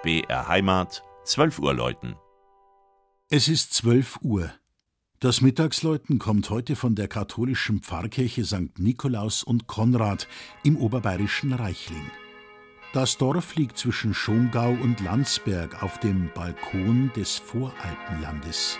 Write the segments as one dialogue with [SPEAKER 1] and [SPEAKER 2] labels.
[SPEAKER 1] BR Heimat, 12 Uhr läuten.
[SPEAKER 2] Es ist 12 Uhr. Das Mittagsläuten kommt heute von der katholischen Pfarrkirche St. Nikolaus und Konrad im oberbayerischen Reichling. Das Dorf liegt zwischen Schongau und Landsberg auf dem Balkon des Voralpenlandes.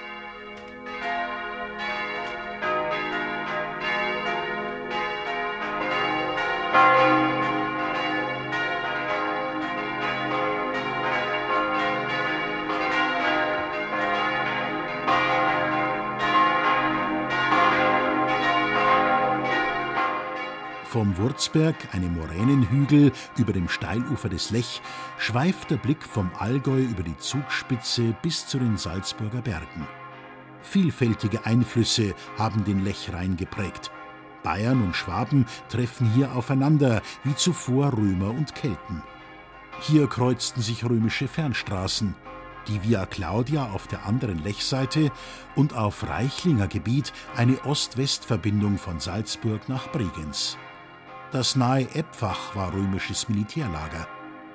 [SPEAKER 2] Vom Wurzberg, einem Moränenhügel über dem Steilufer des Lech, schweift der Blick vom Allgäu über die Zugspitze bis zu den Salzburger Bergen. Vielfältige Einflüsse haben den Lechrhein geprägt. Bayern und Schwaben treffen hier aufeinander, wie zuvor Römer und Kelten. Hier kreuzten sich römische Fernstraßen, die Via Claudia auf der anderen Lechseite und auf Reichlinger Gebiet eine Ost-West-Verbindung von Salzburg nach Bregenz. Das nahe Eppfach war römisches Militärlager.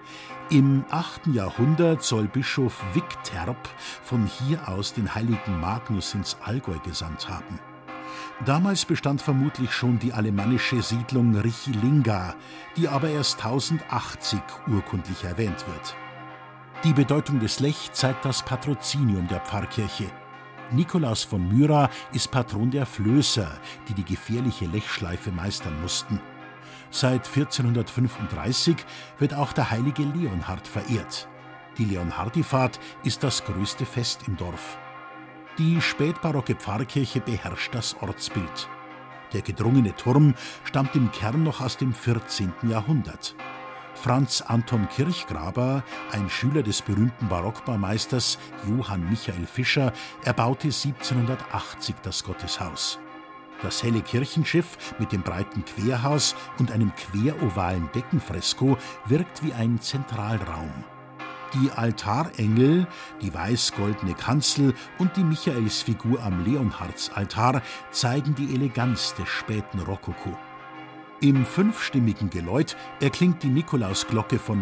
[SPEAKER 2] Im 8. Jahrhundert soll Bischof Wicterp von hier aus den heiligen Magnus ins Allgäu gesandt haben. Damals bestand vermutlich schon die alemannische Siedlung Richilinga, die aber erst 1080 urkundlich erwähnt wird. Die Bedeutung des Lech zeigt das Patrozinium der Pfarrkirche. Nikolaus von Myra ist Patron der Flößer, die die gefährliche Lechschleife meistern mussten. Seit 1435 wird auch der heilige Leonhard verehrt. Die Leonhardifahrt ist das größte Fest im Dorf. Die spätbarocke Pfarrkirche beherrscht das Ortsbild. Der gedrungene Turm stammt im Kern noch aus dem 14. Jahrhundert. Franz Anton Kirchgraber, ein Schüler des berühmten Barockbaumeisters Johann Michael Fischer, erbaute 1780 das Gotteshaus. Das helle Kirchenschiff mit dem breiten Querhaus und einem querovalen Deckenfresko wirkt wie ein Zentralraum. Die Altarengel, die weiß-goldene Kanzel und die Michaelsfigur am Leonhardsaltar zeigen die Eleganz des späten Rokoko. Im 5-stimmigen Geläut erklingt die Nikolausglocke von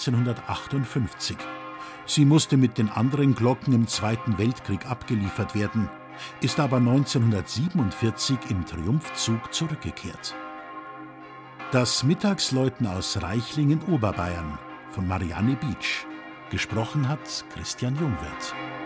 [SPEAKER 2] 1558. Sie musste mit den anderen Glocken im Zweiten Weltkrieg abgeliefert werden, ist aber 1947 im Triumphzug zurückgekehrt. Das Mittagsläuten aus Reichling in Oberbayern von Marianne Beetsch. Gesprochen hat Christian Jungwirth.